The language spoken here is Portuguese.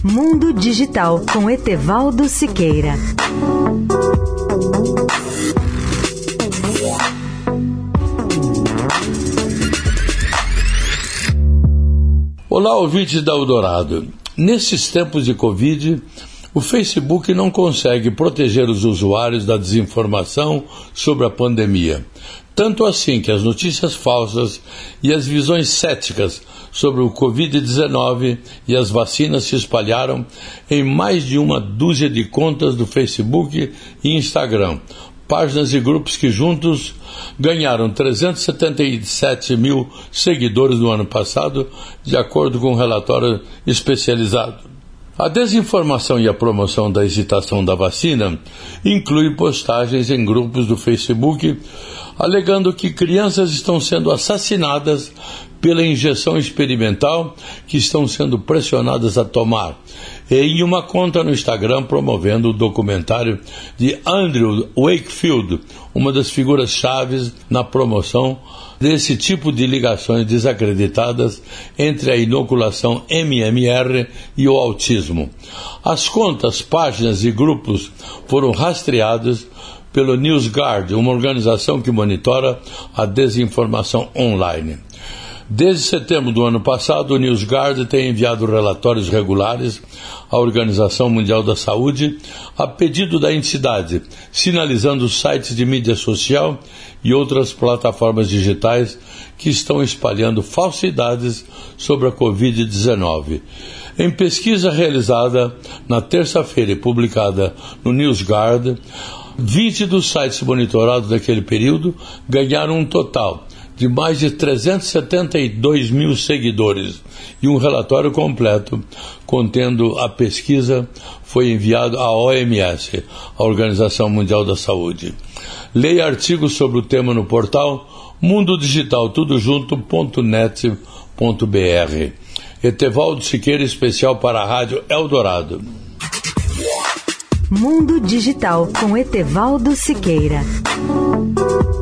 Mundo Digital com Etevaldo Siqueira. Olá, ouvintes da Eldorado. Nesses tempos de Covid, o Facebook não consegue proteger os usuários da desinformação sobre a pandemia. Tanto assim que as notícias falsas e as visões céticas sobre o Covid-19 e as vacinas se espalharam em mais de uma dúzia de contas do Facebook e Instagram, páginas e grupos que juntos ganharam 377 mil seguidores no ano passado, de acordo com um relatório especializado. A desinformação e a promoção da hesitação da vacina inclui postagens em grupos do Facebook alegando que crianças estão sendo assassinadas pela injeção experimental que estão sendo pressionadas a tomar, e em uma conta no Instagram promovendo o documentário de Andrew Wakefield, uma das figuras-chave na promoção desse tipo de ligações desacreditadas entre a inoculação MMR e o autismo. As contas, páginas e grupos foram rastreados pelo NewsGuard, uma organização que monitora a desinformação online. Desde setembro do ano passado, o NewsGuard tem enviado relatórios regulares à Organização Mundial da Saúde a pedido da entidade, sinalizando os sites de mídia social e outras plataformas digitais que estão espalhando falsidades sobre a Covid-19. Em pesquisa realizada na terça-feira e publicada no NewsGuard, 20 dos sites monitorados naquele período ganharam um total de mais de 372 mil seguidores, e um relatório completo contendo a pesquisa foi enviado à OMS, a Organização Mundial da Saúde. Leia artigos sobre o tema no portal mundodigitaltudojunto.net.br. Etevaldo Siqueira, especial para a Rádio Eldorado. Mundo Digital com Etevaldo Siqueira.